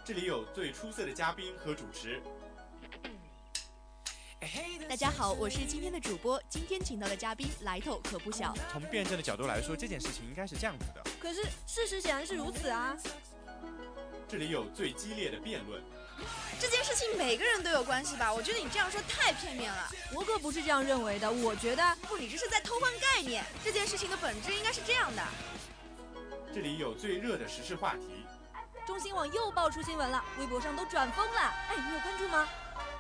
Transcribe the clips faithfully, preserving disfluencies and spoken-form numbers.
这里有最出色的嘉宾和主持。 大家好，我是今天的主播。今天请到的嘉宾来头可不小。 从辩证的角度来说，这件事情应该是这样子的。 可是事实显然是如此啊。 这里有最激烈的辩论。 这件事情每个人都有关系吧？我觉得你这样说太片面了。 我可不是这样认为的。我觉得不，你这是在偷换概念。这件事情的本质应该是这样的。 这里有最热的时事话题。 中新网又爆出新闻了，微博上都转疯了。哎，你有关注吗？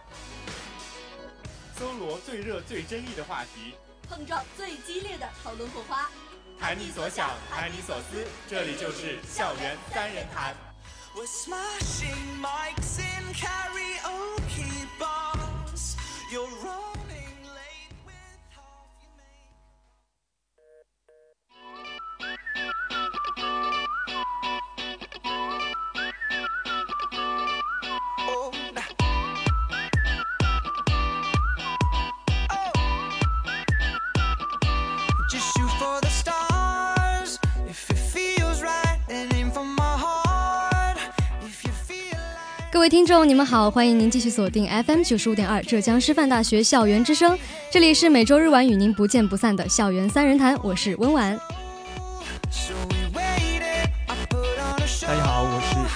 搜罗最热最争议的话题， 碰撞最激烈的讨论火花， 谈你所想，谈你所思，这里就是校园三人谈。We're smashing mics in karaoke bars. You're running late with half your mates. 各位听众你们好，欢迎您继续锁定 F M 九十五点二浙江师范大学校园之声，这里是每周日晚与您不见不散的校园三人谈，我是温婉。 大家好，我是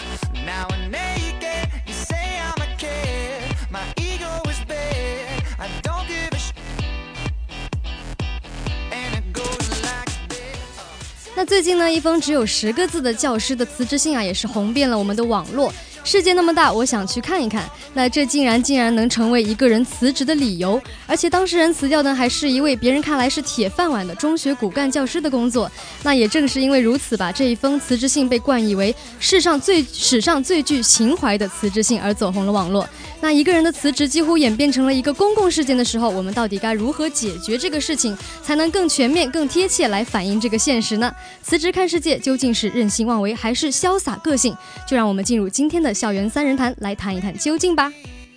那最近呢，一封只有十个字的教师的辞职信啊，也是红遍了我们的网络。世界那么大，我想去看一看。那这竟然竟然能成为一个人辞职的理由，而且当事人辞掉的还是一位别人看来是铁饭碗的中学骨干教师的工作。那也正是因为如此吧，这一封辞职信被冠以为世上最史上最具情怀的辞职信而走红了网络。那一个人的辞职几乎演变成了一个公共事件的时候，我们到底该如何解决这个事情，才能更全面更贴切来反映这个现实呢？辞职看世界究竟是任性妄为还是潇洒个性？就让我们进入今天的校园三人谈，来谈一谈究竟吧。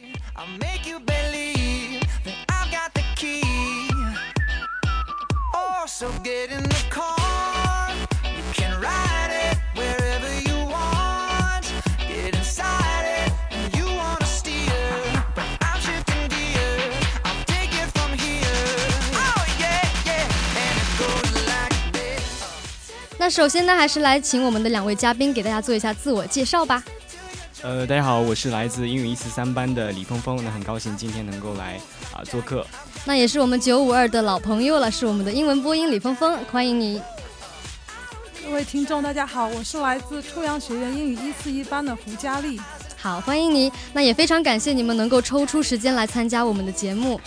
那首先呢，还是来请我们的两位嘉宾给大家做一下自我介绍吧。 呃，大家好，我是来自英语一四三班的李峰峰，那很高兴今天能够来啊、呃、做客。 那也是我们九五二的老朋友了，是我们的英文播音李峰峰，欢迎你。 各位听众大家好，我是来自初阳学院英语一四一班的胡佳丽。 好，欢迎你。那也非常感谢你们能够抽出时间来参加我们的节目。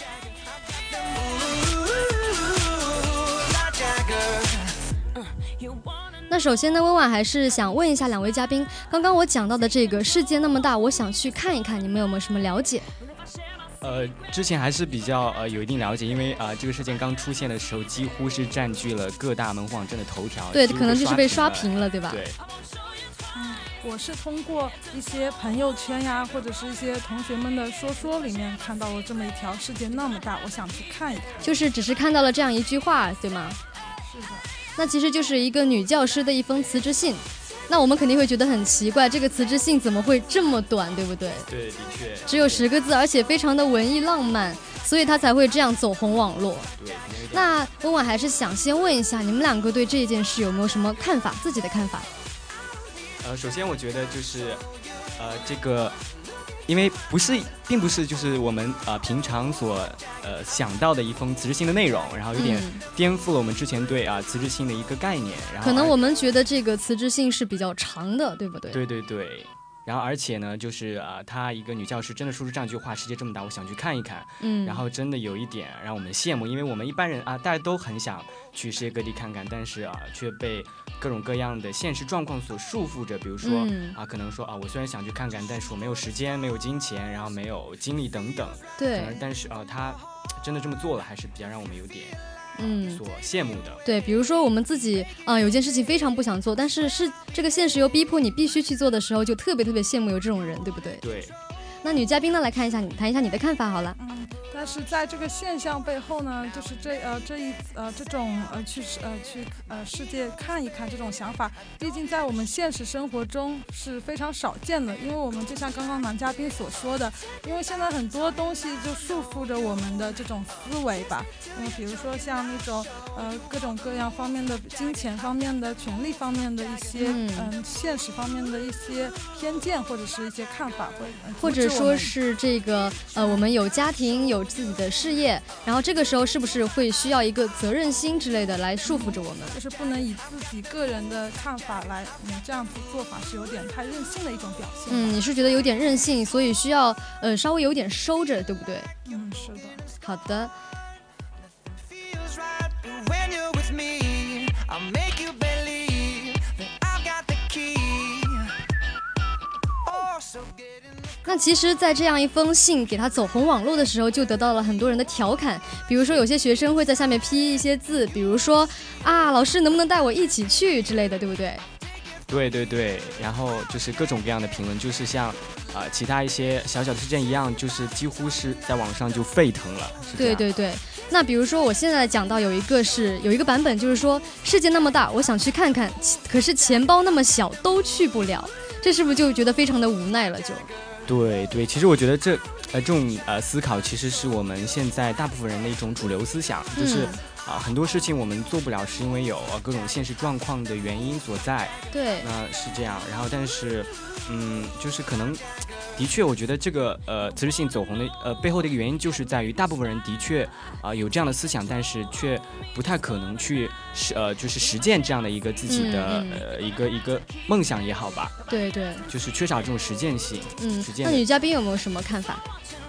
那首先呢，温婉还是想问一下两位嘉宾，刚刚我讲到的这个世界那么大，我想去看一看，你们有没有什么了解？ 呃，之前还是比较呃有一定了解，因为啊、呃、这个事件刚出现的时候，几乎是占据了各大门户网站的头条， 对，可能就是被刷屏了，对吧？ 对。 嗯，我是通过一些朋友圈呀，或者是一些同学们的说说里面看到了这么一条世界那么大，我想去看一看。 就是只是看到了这样一句话，对吗？ 是的。 那其实就是一个女教师的一封辞职信。那我们肯定会觉得很奇怪，这个辞职信怎么会这么短，对不对？ 对，的确只有十个字，而且非常的文艺浪漫，所以它才会这样走红网络。 对。 那温婉还是想先问一下，你们两个对这件事有没有什么看法，自己的看法？ 呃，首先我觉得就是，呃，这个。因为不是，并不是就是我们呃平常所呃想到的一封辞职信的内容，然后有点颠覆了我们之前对啊、呃、辞职信的一个概念。然后可能我们觉得这个辞职信是比较长的，对不对？ 对对对。然后而且呢，就是啊、呃，她一个女教师真的说出这样一句话，世界这么大，我想去看一看。 嗯。 然后真的有一点让我们羡慕，因为我们一般人啊，大家都很想去世界各地看看，但是啊，却被各种各样的现实状况所束缚着。比如说、嗯、啊，可能说啊，我虽然想去看看，但是我没有时间，没有金钱，然后没有精力等等。 对。 但是啊，她真的这么做了，还是比较让我们有点。 嗯， 所羡慕的。 对，比如说我们自己啊、呃，有件事情非常不想做，但是是这个现实又逼迫你必须去做的时候，就特别特别羡慕有这种人，对不对？ 对。 那女嘉宾呢，来看一下你，谈一下你的看法好了。 嗯， 但是在这个现象背后呢，就是这呃这一呃这种呃去呃去呃世界看一看这种想法，毕竟在我们现实生活中是非常少见的。因为我们就像刚刚男嘉宾所说的，因为现在很多东西就束缚着我们的这种思维吧。嗯，比如说像那种呃各种各样方面的金钱方面的、权利方面的一些嗯、呃、现实方面的一些偏见或者是一些看法，会、呃、 或者说是这个呃我们有家庭有自己的事业，然后这个时候是不是会需要一个责任心之类的来束缚着我们？ 就是不能以自己个人的看法来，嗯，这样子做法是有点太任性的一种表现。 嗯，你是觉得有点任性，所以需要呃稍微有点收着，对不对？ 嗯，是的。 好的。那其实在这样一封信给他走红网络的时候，就得到了很多人的调侃。比如说有些学生会在下面批一些字，比如说啊老师能不能带我一起去之类的，对不对？ 对对对，然后就是各种各样的评论，就是像啊、呃、其他一些小小的事件一样，就是几乎是在网上就沸腾了。 对对对，那比如说我现在讲到有一个是有一个版本，就是说世界那么大，我想去看看，可是钱包那么小都去不了，这是不是就觉得非常的无奈了就？ 对对，其实我觉得这呃这种呃思考其实是我们现在大部分人的一种主流思想，就是啊、呃、很多事情我们做不了，是因为有、呃、各种现实状况的原因所在。 对， 那是这样。然后但是嗯，就是可能的确，我觉得这个呃辞职信走红的呃背后的一个原因，就是在于大部分人的确啊、呃、有这样的思想，但是却不太可能去实呃就是实践这样的一个自己的、嗯嗯、呃一个一个梦想也好吧。 对对， 就是缺少这种实践性。 嗯， 实践。 那女嘉宾有没有什么看法？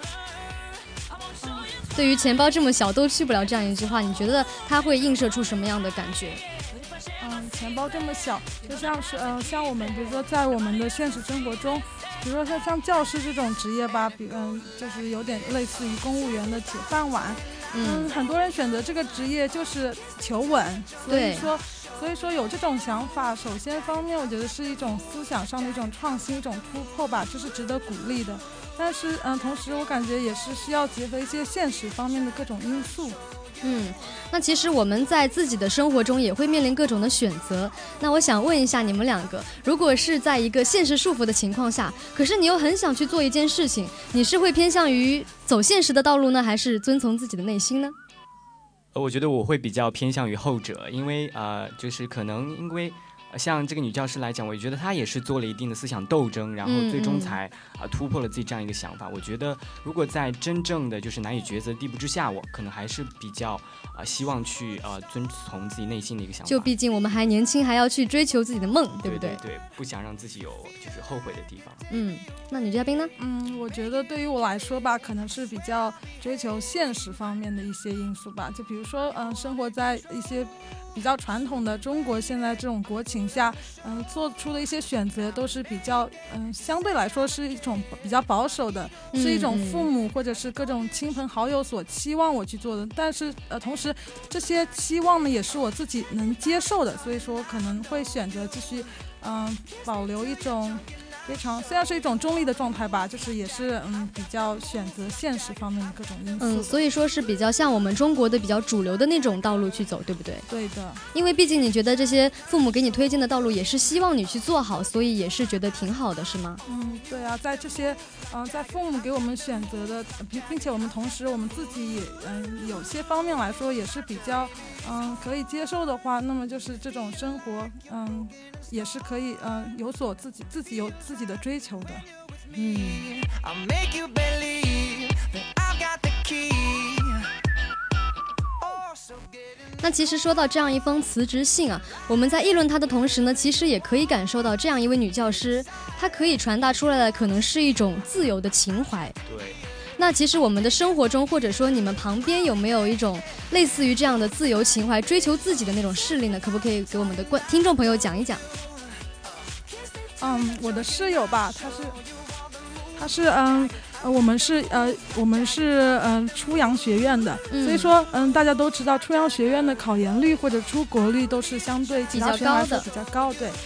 对于钱包这么小都去不了这样一句话，你觉得它会映射出什么样的感觉？ 嗯，钱包这么小，就像是呃，像我们比如说在我们的现实生活中，比如说像像教师这种职业吧，比嗯就是有点类似于公务员的铁饭碗。嗯, 嗯，很多人选择这个职业就是求稳，所以说所以说有这种想法，首先方面我觉得是一种思想上的一种创新，一种突破吧，这是值得鼓励的。但是嗯，同时我感觉也是需要结合一些现实方面的各种因素。 嗯，那其实我们在自己的生活中也会面临各种的选择。那我想问一下你们两个，如果是在一个现实束缚的情况下，可是你又很想去做一件事情，你是会偏向于走现实的道路呢，还是遵从自己的内心呢？ 我觉得我会比较偏向于后者，因为呃，就是可能因为像这个女教师来讲，我觉得她也是做了一定的思想斗争，然后最终才啊、嗯呃、突破了自己这样一个想法。我觉得如果在真正的就是难以抉择的地步之下，我可能还是比较啊、呃、希望去呃遵从自己内心的一个想法。 就毕竟我们还年轻，还要去追求自己的梦，对不对？ 对对对，不想让自己有就是后悔的地方。 嗯，那女嘉宾呢？ 嗯，我觉得对于我来说吧，可能是比较追求现实方面的一些因素吧。就比如说，嗯、呃，生活在一些比较传统的中国现在这种国情下，嗯、呃，做出的一些选择都是比较，嗯、呃，相对来说是一种比较保守的， 嗯、 是一种父母或者是各种亲朋好友所期望我去做的。但是，呃，同时这些期望呢，也是我自己能接受的，所以说可能会选择继续，嗯、呃，保留一种。非常虽然是一种中立的状态吧，就是也是嗯比较选择现实方面的各种因素。 嗯，所以说是比较像我们中国的比较主流的那种道路去走，对不对？ 对的。 因为毕竟你觉得这些父母给你推荐的道路也是希望你去做好，所以也是觉得挺好的，是吗？ 嗯，对啊，在这些嗯、呃、在父母给我们选择的，并并且我们同时我们自己也嗯有些方面来说也是比较嗯可以接受的话，那么就是这种生活嗯也是可以嗯有所自己自己有自己的追求的。 嗯。那其实说到这样一封辞职信啊，我们在议论它的同时呢，其实也可以感受到这样一位女教师，她可以传达出来的可能是一种自由的情怀。 对。 那其实我们的生活中，或者说你们旁边有没有一种类似于这样的自由情怀、追求自己的那种事例呢？可不可以给我们的观听众朋友讲一讲？ 嗯，我的室友吧，他是，他是嗯。呃，我们是呃，我们是嗯、呃、初阳学院的、嗯，所以说嗯，大家都知道初阳学院的考研率或者出国率都是相对其他学院来说比较高，对。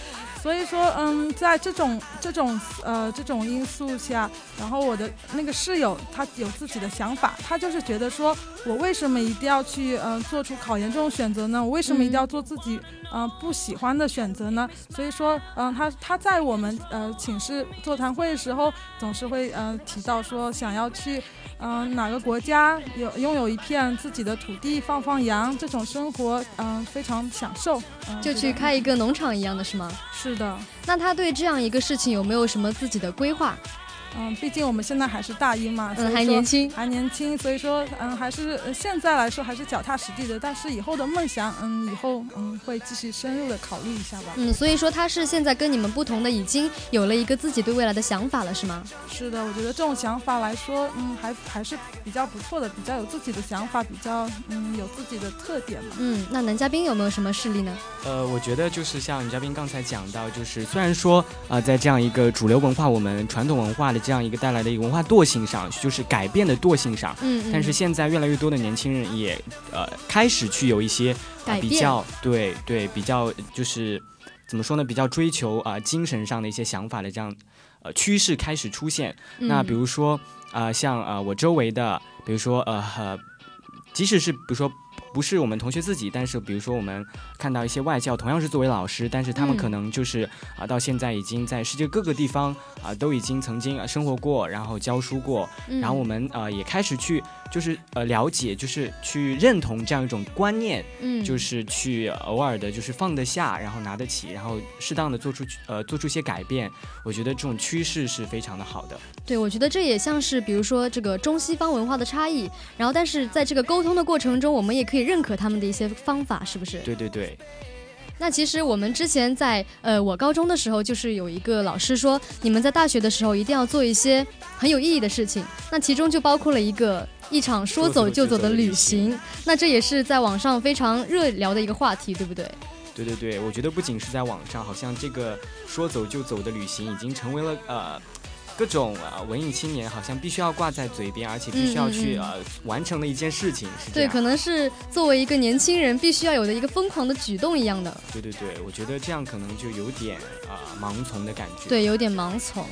所以说，嗯，在这种这种呃这种因素下，然后我的那个室友他有自己的想法，他就是觉得说，我为什么一定要去呃做出考研这种选择呢？我为什么一定要做自己呃不喜欢的选择呢？所以说，嗯、呃，他他在我们呃寝室座谈会的时候，总是会呃提到说，想要去嗯、呃、哪个国家有拥有一片自己的土地放放羊，这种生活嗯、呃、非常享受、呃， 就去开一个农场一样的是吗？ 是的。 那他对这样一个事情有没有什么自己的规划？ 嗯，毕竟我们现在还是大一嘛， 嗯，还年轻， 还年轻，所以说，嗯，还是现在来说还是脚踏实地的。但是以后的梦想，嗯，以后嗯会继续深入的考虑一下吧。 嗯，所以说他是现在跟你们不同的，已经有了一个自己对未来的想法了，是吗？ 是的，我觉得这种想法来说，嗯，还还是比较不错的，比较有自己的想法，比较嗯有自己的特点嘛。 嗯，那男嘉宾有没有什么事例呢？ 呃，我觉得就是像女嘉宾刚才讲到，就是虽然说啊、呃，在这样一个主流文化、我们传统文化的这样一个带来的一个文化惰性上，就是改变的惰性上， 嗯，嗯但是现在越来越多的年轻人也呃开始去有一些、呃、比较对对比较就是怎么说呢，比较追求啊、呃、精神上的一些想法的这样呃趋势开始出现。 嗯、 那比如说啊、呃、像呃我周围的，比如说呃呃，即使是比如说。不是我们同学自己，但是比如说我们看到一些外教同样是作为老师，但是他们可能就是啊、呃、到现在已经在世界各个地方啊、呃、都已经曾经生活过，然后教书过， 嗯、 然后我们呃也开始去就是呃了解，就是去认同这样一种观念， 嗯， 就是去偶尔的就是放得下，然后拿得起，然后适当的做出呃做出一些改变。我觉得这种趋势是非常的好的。 对，我觉得这也像是比如说这个中西方文化的差异，然后但是在这个沟通的过程中，我们也可以认可他们的一些方法，是不是？ 对对对。 那其实我们之前在呃我高中的时候，就是有一个老师说，你们在大学的时候一定要做一些很有意义的事情，那其中就包括了一个一场说走就走的旅行。那这也是在网上非常热聊的一个话题，对不对？ 对对对，我觉得不仅是在网上，好像这个说走就走的旅行已经成为了呃各种呃文艺青年好像必须要挂在嘴边，而且必须要去、嗯嗯、呃完成的一件事情，是这样。 对，可能是作为一个年轻人必须要有的一个疯狂的举动一样的。 对对对，我觉得这样可能就有点啊、呃、盲从的感觉。 对，有点盲从。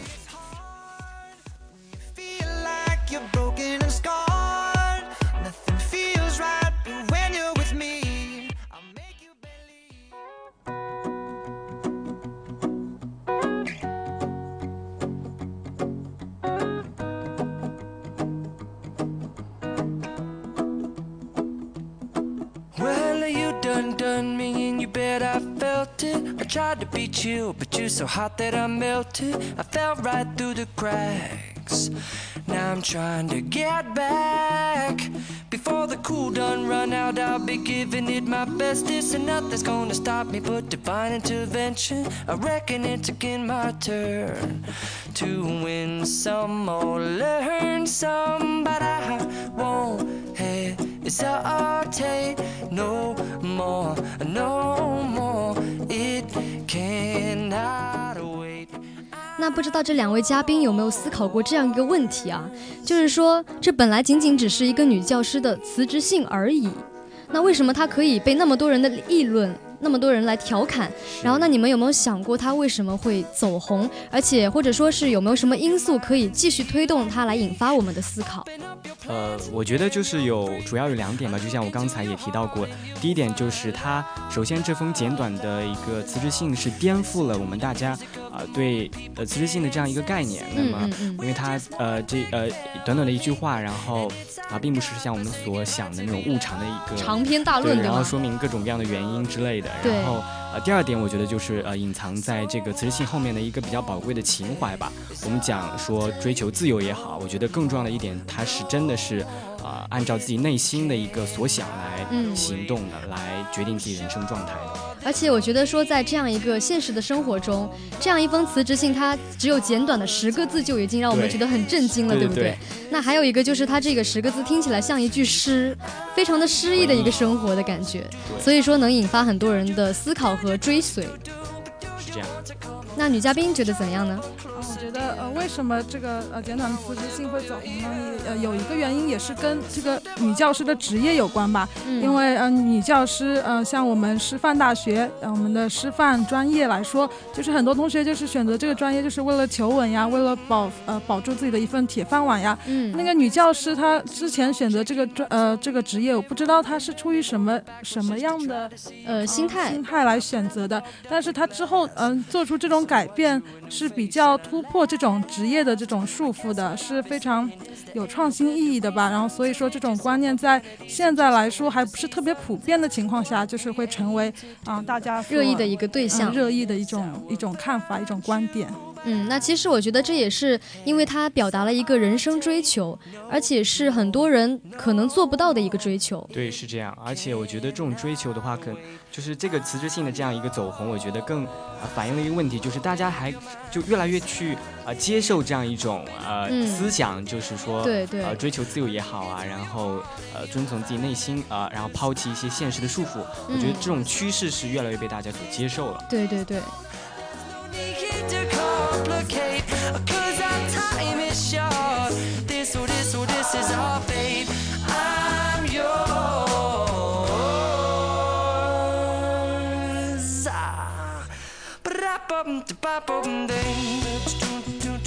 Done me and you bet I felt it. I tried to be chill, but you're so hot that I melted. I fell right through the cracks. Now I'm trying to get back. Before the cool done run out, I'll be giving it my bestest, and nothing's gonna stop me but divine intervention. I reckon it's again my turn to win some or learn some, but I won't hesitate no more, no more. It cannot wait. 那不知道这两位嘉宾有没有思考过这样一个问题啊？就是说，这本来仅仅只是一个女教师的辞职信而已，那为什么她可以被那么多人的议论，那么多人来调侃？然后，那你们有没有想过她为什么会走红？而且，或者说是有没有什么因素可以继续推动她来引发我们的思考？ 呃，我觉得就是有主要有两点吧，就像我刚才也提到过，第一点就是他首先这封简短的一个辞职信是颠覆了我们大家啊、呃、对呃辞职信的这样一个概念。那么，因为他呃这呃短短的一句话，然后啊、呃、并不是像我们所想的那种误长的一个长篇大论， 对，然后说明各种各样的原因之类的。然后呃第二点，我觉得就是呃隐藏在这个辞职信后面的一个比较宝贵的情怀吧。我们讲说追求自由也好，我觉得更重要的一点，它是真的是啊、呃、按照自己内心的一个所想来行动的，嗯、来决定自己人生状态的。 而且我觉得说，在这样一个现实的生活中，这样一封辞职信，它只有简短的十个字，就已经让我们觉得很震惊了， 对, 对不 对, 对？那还有一个就是，它这个十个字听起来像一句诗，非常的诗意的一个生活的感觉，所以说能引发很多人的思考和追随。 是这样。 那女嘉宾觉得怎么样呢？ 我觉得呃，为为什么这个呃简短的辞职信会走红呢？呃，有一个原因也是跟这个女教师的职业有关吧。嗯、因为呃女教师呃像我们师范大学呃我们的师范专业来说，就是很多同学就是选择这个专业就是为了求稳呀，为了保呃保住自己的一份铁饭碗呀。嗯，那个女教师她之前选择这个专呃这个职业，我不知道她是出于什么什么样的呃心态、呃、 心态来选择的，但是她之后嗯、呃、做出这种改变是比较突破这种职业的这种束缚的，是非常有创新意义的吧。然后所以说这种观念在现在来说还不是特别普遍的情况下，就是会成为啊、呃、大家热议的一个对象、 呃、热议的一种一种看法，一种观点。 嗯，那其实我觉得这也是因为他表达了一个人生追求，而且是很多人可能做不到的一个追求。 对，是这样。而且我觉得这种追求的话，可就是这个辞职信的这样一个走红，我觉得更、呃、反映了一个问题，就是大家还就越来越去、呃、接受这样一种呃、嗯、思想，就是说对对呃追求自由也好啊，然后呃遵从自己内心啊、呃，然后抛弃一些现实的束缚、嗯。我觉得这种趋势是越来越被大家所接受了。 对对对。 Cause our time is short. This or this or this is our fate. I'm yours. Ah.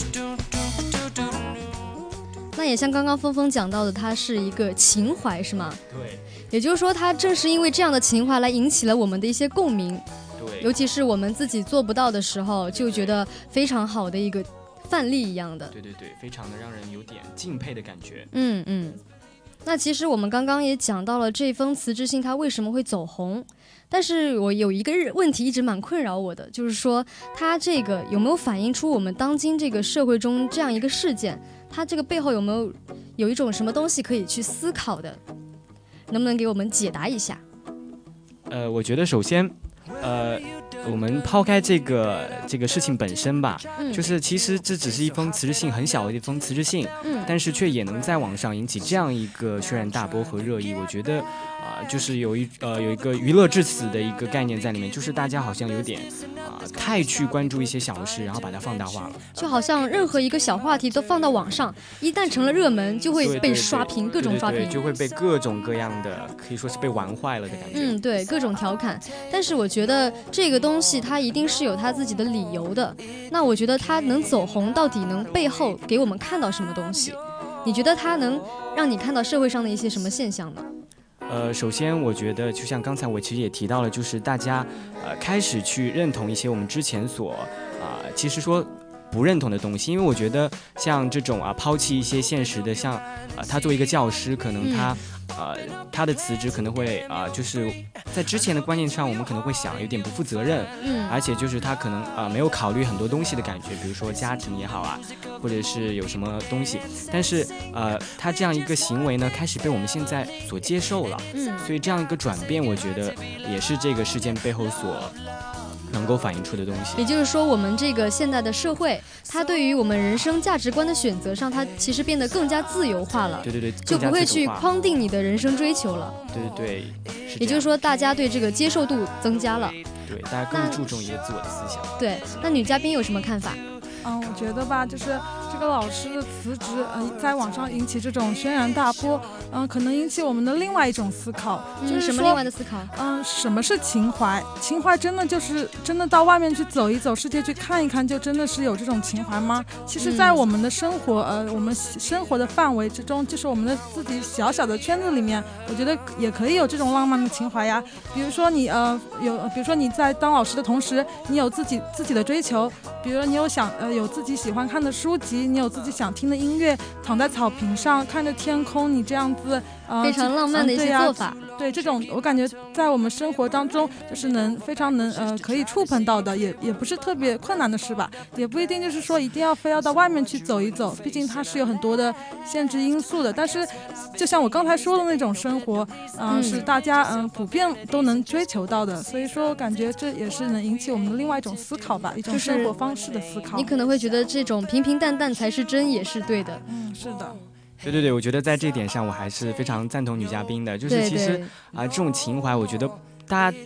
那也像刚刚峰峰讲到的，它是一个情怀，是吗？ 对。 也就是说，它正是因为这样的情怀来引起了我们的一些共鸣。 对。 尤其是我们自己做不到的时候，就觉得非常好的一个范例一样的。 对对对，非常的让人有点敬佩的感觉。 嗯嗯。那其实我们刚刚也讲到了这封辞职信它为什么会走红，但是我有一个问题一直蛮困扰我的，就是说它这个有没有反映出我们当今这个社会中这样一个事件，它这个背后有没有有一种什么东西可以去思考的，能不能给我们解答一下？ 呃，我觉得首先呃我们抛开这个这个事情本身吧、嗯、就是其实这只是一封辞职信，很小的一封辞职信、嗯、但是却也能在网上引起这样一个轩然大波和热议。我觉得啊、呃，就是有一呃有一个娱乐至死的一个概念在里面，就是大家好像有点啊、呃、太去关注一些小事，然后把它放大化了， 就好像任何一个小话题都放到网上，一旦成了热门，就会被刷屏，各种刷屏， 对对对，就会被各种各样的可以说是被玩坏了的感觉。 嗯，对，各种调侃。但是我觉得这个东西它一定是有它自己的理由的。那我觉得它能走红，到底能背后给我们看到什么东西？你觉得它能让你看到社会上的一些什么现象呢？ 呃，首先我觉得就像刚才我其实也提到了，就是大家呃开始去认同一些我们之前所啊、呃、其实说不认同的东西。因为我觉得像这种啊抛弃一些现实的，像呃他作为一个教师，可能他、嗯、呃他的辞职可能会啊、呃、就是在之前的观念上，我们可能会想有点不负责任，嗯，而且就是他可能啊、呃、没有考虑很多东西的感觉，比如说家庭也好啊，或者是有什么东西。但是呃他这样一个行为呢，开始被我们现在所接受了，嗯，所以这样一个转变，我觉得也是这个事件背后所能够反映出的东西。 也就是说，我们这个现代的社会，它对于我们人生价值观的选择上，它其实变得更加自由化了。 对对对， 就不会去框定你的人生追求了。 对对对， 也就是说，大家对这个接受度增加了。 对，大家更注重一个自我的思想。 对，那女嘉宾有什么看法？ 嗯，我觉得吧，就是这个老师的辞职，呃，在网上引起这种轩然大波，嗯、呃，可能引起我们的另外一种思考， 嗯、 就是什么另外的思考？ 嗯，什么是情怀？情怀真的就是真的到外面去走一走，世界去看一看，就真的是有这种情怀吗？其实，在我们的生活，呃，我们生活的范围之中，就是我们的自己小小的圈子里面，我觉得也可以有这种浪漫的情怀呀。比如说你呃有，比如说你在当老师的同时，你有自己自己的追求，比如说你有想呃。有自己喜欢看的书籍，你有自己想听的音乐，躺在草坪上看着天空，你这样子、呃、 非常浪漫的一些做法、 嗯、对, 啊、对这种我感觉在我们生活当中就是能非常能呃可以触碰到的，也也不是特别困难的事吧，也不一定就是说一定要非要到外面去走一走，毕竟它是有很多的限制因素的。但是就像我刚才说的那种生活、呃、嗯，是大家嗯、呃、普遍都能追求到的，所以说我感觉这也是能引起我们的另外一种思考吧，一种生活方式的思考、就是、 你可能会觉得这种平平淡淡才是真，也是对的。 嗯，是的。 对对对，我觉得在这一点上我还是非常赞同女嘉宾的，就是其实啊、呃、这种情怀，我觉得大家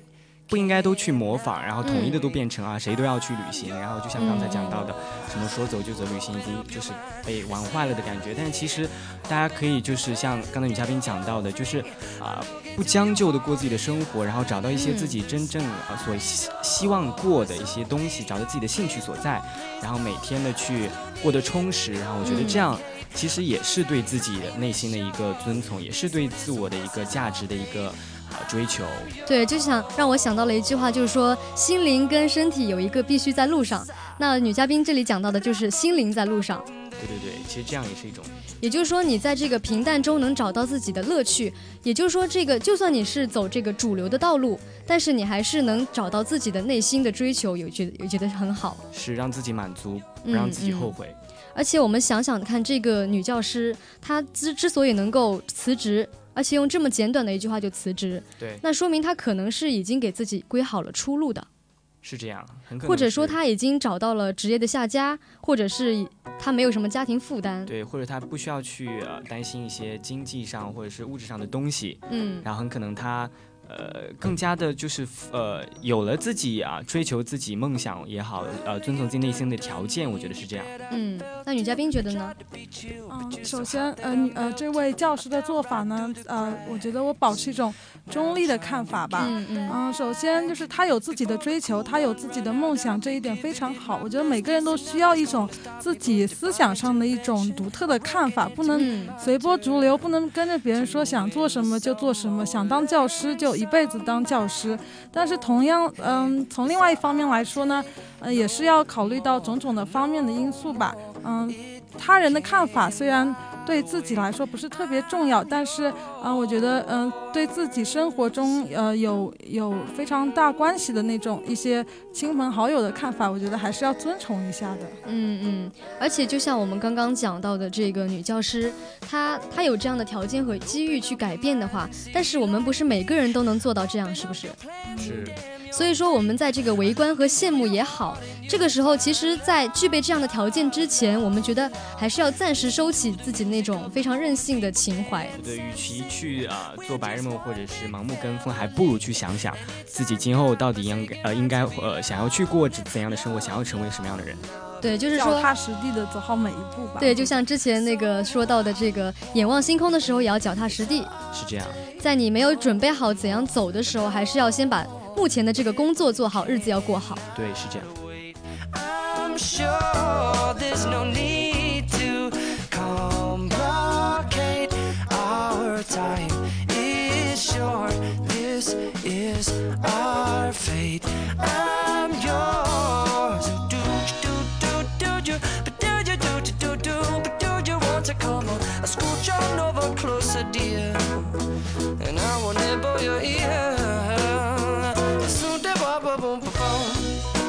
不应该都去模仿，然后统一的都变成啊谁都要去旅行，然后就像刚才讲到的什么说走就走，旅行已经就是被玩坏了的感觉。但是其实大家可以就是像刚才女嘉宾讲到的，就是啊、呃、不将就的过自己的生活，然后找到一些自己真正呃所希希望过的一些东西，找到自己的兴趣所在，然后每天的去过得充实。然后我觉得这样其实也是对自己的内心的一个遵从，也是对自我的一个价值的一个追求。 对，就想让我想到了一句话，就是说心灵跟身体有一个必须在路上。那女嘉宾这里讲到的就是心灵在路上。 对对对，其实这样也是一种， 也就是说你在这个平淡中能找到自己的乐趣，也就是说这个就算你是走这个主流的道路，但是你还是能找到自己的内心的追求，有觉得有觉得很好， 是让自己满足，不让自己后悔。嗯嗯， 而且我们想想看，这个女教师她之之所以能够辞职，而且用这么简短的一句话就辞职， 对， 那说明她可能是已经给自己规好了出路的。 是这样，很可能或者说他已经找到了职业的下家，或者是他没有什么家庭负担， 对，或者他不需要去、呃、担心一些经济上或者是物质上的东西， 嗯， 然后很可能他呃更加的就是呃有了自己啊追求自己梦想也好，呃遵从自己内心的条件，我觉得是这样。 嗯，那女嘉宾觉得呢？ 嗯，首先呃呃这位教师的做法呢，呃我觉得我保持一种中立的看法吧。 嗯嗯、 呃、首先就是他有自己的追求，他有自己的梦想，这一点非常好。我觉得每个人都需要一种自己思想上的一种独特的看法，不能随波逐流，不能跟着别人说想做什么就做什么，想当教师就一辈子当教师。但是同样嗯从另外一方面来说呢，呃也是要考虑到种种的方面的因素吧。嗯，他人的看法虽然对自己来说不是特别重要，但是呃我觉得嗯、呃、对自己生活中呃有有非常大关系的那种一些亲朋好友的看法，我觉得还是要尊崇一下的。 嗯嗯，而且就像我们刚刚讲到的这个女教师，她她有这样的条件和机遇去改变的话，但是我们不是每个人都能做到这样，是不是？ 是。 所以说我们在这个围观和羡慕也好，这个时候其实在具备这样的条件之前，我们觉得还是要暂时收起自己那种非常任性的情怀。 对，与其去啊、呃、做白日梦或者是盲目跟风，还不如去想想自己今后到底应该呃应该呃想要去过怎样的生活，想要成为什么样的人。 对，就是说脚踏实地的走好每一步吧。 对，就像之前那个说到的这个眼望星空的时候也要脚踏实地。 是这样， 在你没有准备好怎样走的时候，还是要先把目前的这个工作做好，日子要过好。 对，是这样。 I'm sure there's no need to complicate. Our time is short. This is our fate. I'm yours. Do do do do you? But do you do do do? But do you want to come on? I scooch on over closer, dear, and I will nibble your ear. Soon the bubble boom boom.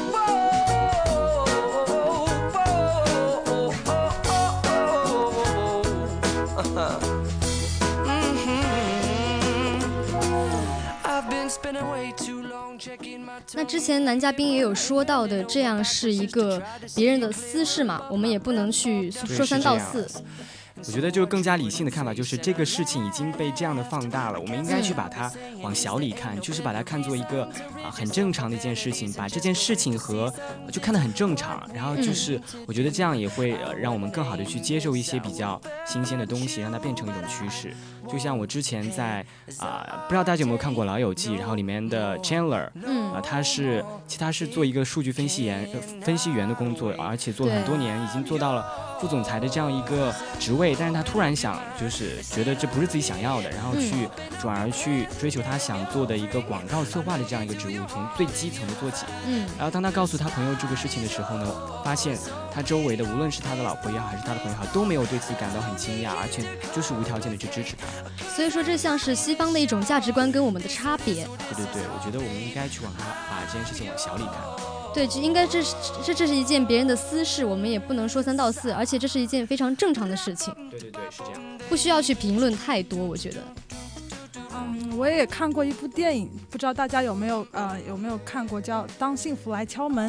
Spending way too long checking my 那之前男嘉宾也有说到的，这样是一个别人的私事嘛，我们也不能去说三道四。 我觉得就更加理性的看法就是这个事情已经被这样的放大了，我们应该去把它往小里看，就是把它看作一个啊很正常的一件事情，把这件事情和就看得很正常，然后就是我觉得这样也会呃让我们更好的去接受一些比较新鲜的东西，让它变成一种趋势。就像我之前在啊、呃、不知道大家有没有看过《老友记》，然后里面的 Chandler， 嗯啊、呃、他是其实他是做一个数据分析员、呃、分析员的工作，而且做了很多年，已经做到了副总裁的这样一个职位，但是他突然想就是觉得这不是自己想要的，然后去转而去追求他想做的一个广告策划的这样一个职务，从最基层的做起。嗯，然后当他告诉他朋友这个事情的时候呢，发现他周围的无论是他的老婆也好，还是他的朋友也好，都没有对自己感到很惊讶，而且就是无条件的去支持他。 所以说这像是西方的一种价值观跟我们的差别。 对对对，我觉得我们应该去往他把这件事情往小里看。 对，就应该这是这这是一件别人的私事，我们也不能说三道四，而且这是一件非常正常的事情。 对对对，是这样， 不需要去评论太多，我觉得。 嗯，我也看过一部电影，不知道大家有没有呃有没有看过，叫《当幸福来敲门》。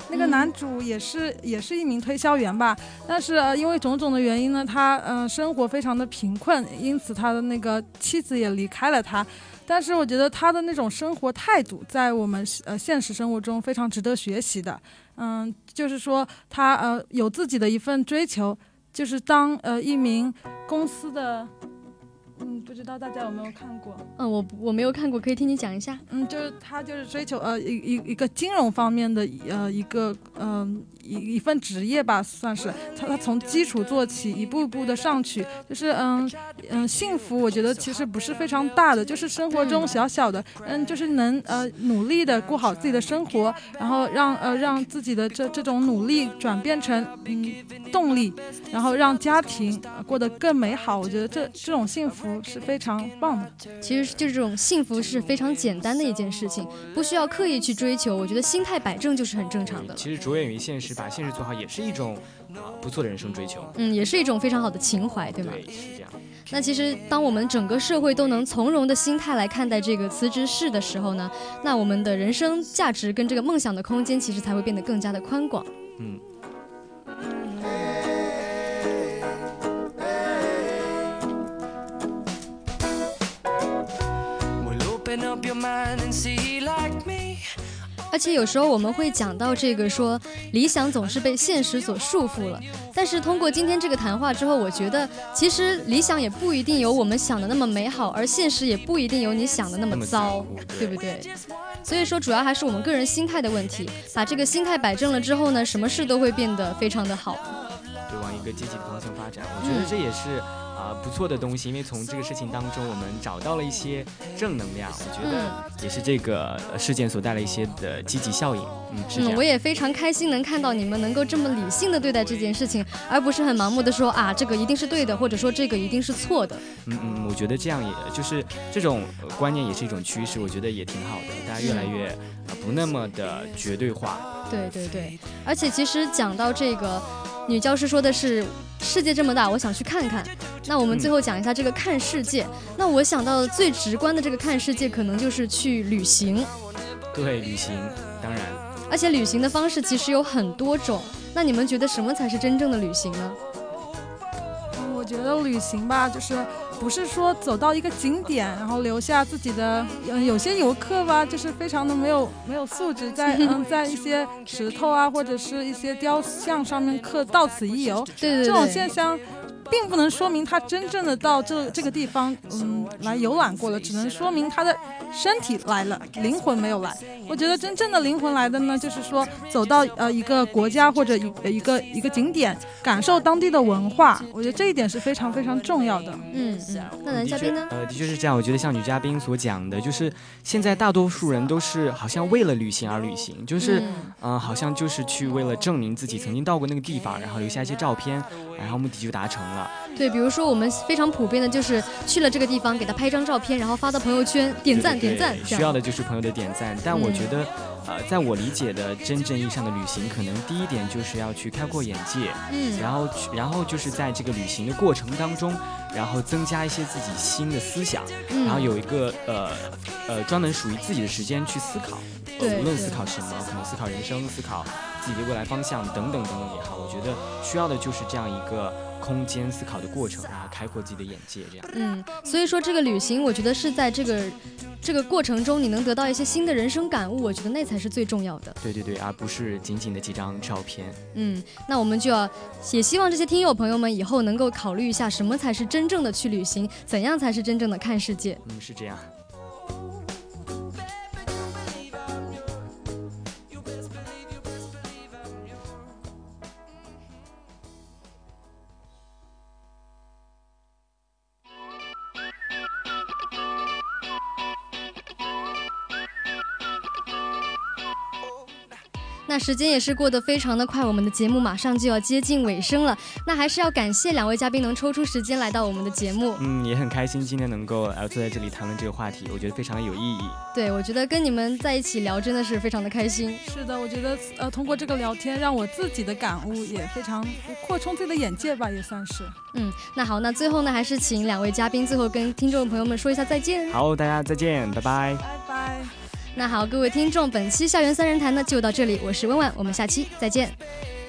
那个男主也是、嗯、也是一名推销员吧，但是、呃、因为种种的原因呢，他、呃、生活非常的贫困，因此他的那个妻子也离开了他。但是我觉得他的那种生活态度在我们呃现实生活中非常值得学习的。嗯，就是说他呃有自己的一份追求，就是当呃一名公司的。嗯，不知道大家有没有看过？ 嗯，我我没有看过，可以听你讲一下。 嗯，就是他就是追求呃一一一个金融方面的呃一个嗯、呃、一一份职业吧，算是他他从基础做起，一步一步的上去，就是嗯嗯、呃、幸福，我觉得其实不是非常大的，就是生活中小小的，嗯，就是能呃努力的过好自己的生活，然后让呃让自己的这这种努力转变成嗯动力，然后让家庭、呃、过得更美好。我觉得这这种幸福是非常棒的。 其实就是这种幸福是非常简单的一件事情，不需要刻意去追求，我觉得心态摆正就是很正常的。 其实着眼于现实，把现实做好也是一种、呃、不错的人生追求， 嗯，也是一种非常好的情怀，对吗？ 对，是这样。 那其实当我们整个社会都能从容的心态来看待这个辞职式的时候呢，那我们的人生价值跟这个梦想的空间其实才会变得更加的宽广。 嗯。 而且有时候我们会讲到这个说理想总是被现实所束缚了，但是通过今天这个谈话之后，我觉得其实理想也不一定有我们想的那么美好，而现实也不一定有你想的那么糟，对不对？所以说主要还是我们个人心态的问题，把这个心态摆正了之后呢，什么事都会变得非常的好， 对，往一个积极的方向发展。我觉得这也是、嗯啊、不错的东西，因为从这个事情当中我们找到了一些正能量，我觉得也是这个事件所带来一些的积极效应。嗯，是这样。 嗯，我也非常开心能看到你们能够这么理性的对待这件事情，而不是很盲目的说啊这个一定是对的，或者说这个一定是错的。 嗯嗯，我觉得这样也就是这种观念也是一种趋势，我觉得也挺好的，大家越来越、呃、不那么的绝对化。 对对对，而且其实讲到这个女教师说的是世界这么大，我想去看看。那我们最后讲一下这个看世界、嗯、那我想到的最直观的这个看世界可能就是去旅行。 对，旅行当然， 而且旅行的方式其实有很多种，那你们觉得什么才是真正的旅行呢？ 嗯，我觉得旅行吧，就是不是说走到一个景点然后留下自己的、嗯、有些游客吧就是非常的没有没有素质，在嗯在一些石头啊或者是一些雕像上面刻到此一游， 对对对， 这种现象并不能说明他真正的到这这个地方嗯来游览过了，只能说明他的身体来了，灵魂没有来。我觉得真正的灵魂来的呢，就是说走到呃一个国家或者一一个一个景点，感受当地的文化，我觉得这一点是非常非常重要的。 嗯嗯，那男嘉宾呢？ 呃，的确是这样。我觉得像女嘉宾所讲的，就是现在大多数人都是好像为了旅行而旅行，就是嗯、呃，好像就是去为了证明自己曾经到过那个地方，然后留下一些照片，然后目的就达成了。 对，比如说我们非常普遍的就是去了这个地方，给他拍张照片，然后发到朋友圈，点赞点赞。 需要的就是朋友的点赞，但我觉得、嗯、呃，在我理解的真正意义上的旅行，可能第一点就是要去开阔眼界， 嗯， 然后然后就是在这个旅行的过程当中，然后增加一些自己新的思想， 嗯、 然后有一个呃呃专门属于自己的时间去思考， 对， 无论思考什么，可能思考人生，思考自己的未来方向等等等等也好，我觉得需要的就是这样一个空间思考的过程，然后开阔自己的眼界，这样。 嗯，所以说这个旅行，我觉得是在这个这个过程中，你能得到一些新的人生感悟，我觉得那才是最重要的。 对对对，而不是仅仅的几张照片。 嗯，那我们就要也希望这些听友朋友们以后能够考虑一下，什么才是真正的去旅行，怎样才是真正的看世界。 嗯，是这样。 那时间也是过得非常的快，我们的节目马上就要接近尾声了。那还是要感谢两位嘉宾能抽出时间来到我们的节目。 嗯，也很开心今天能够呃坐在这里谈论这个话题，我觉得非常的有意义。 对，我觉得跟你们在一起聊真的是非常的开心。 是的，我觉得呃通过这个聊天，让我自己的感悟也非常扩充自己的眼界吧，也算是。 嗯，那好，那最后呢，还是请两位嘉宾最后跟听众朋友们说一下再见。 好，大家再见，拜拜。 拜拜。 那好，各位听众，本期校园三人谈呢就到这里，我是温婉，我们下期再见。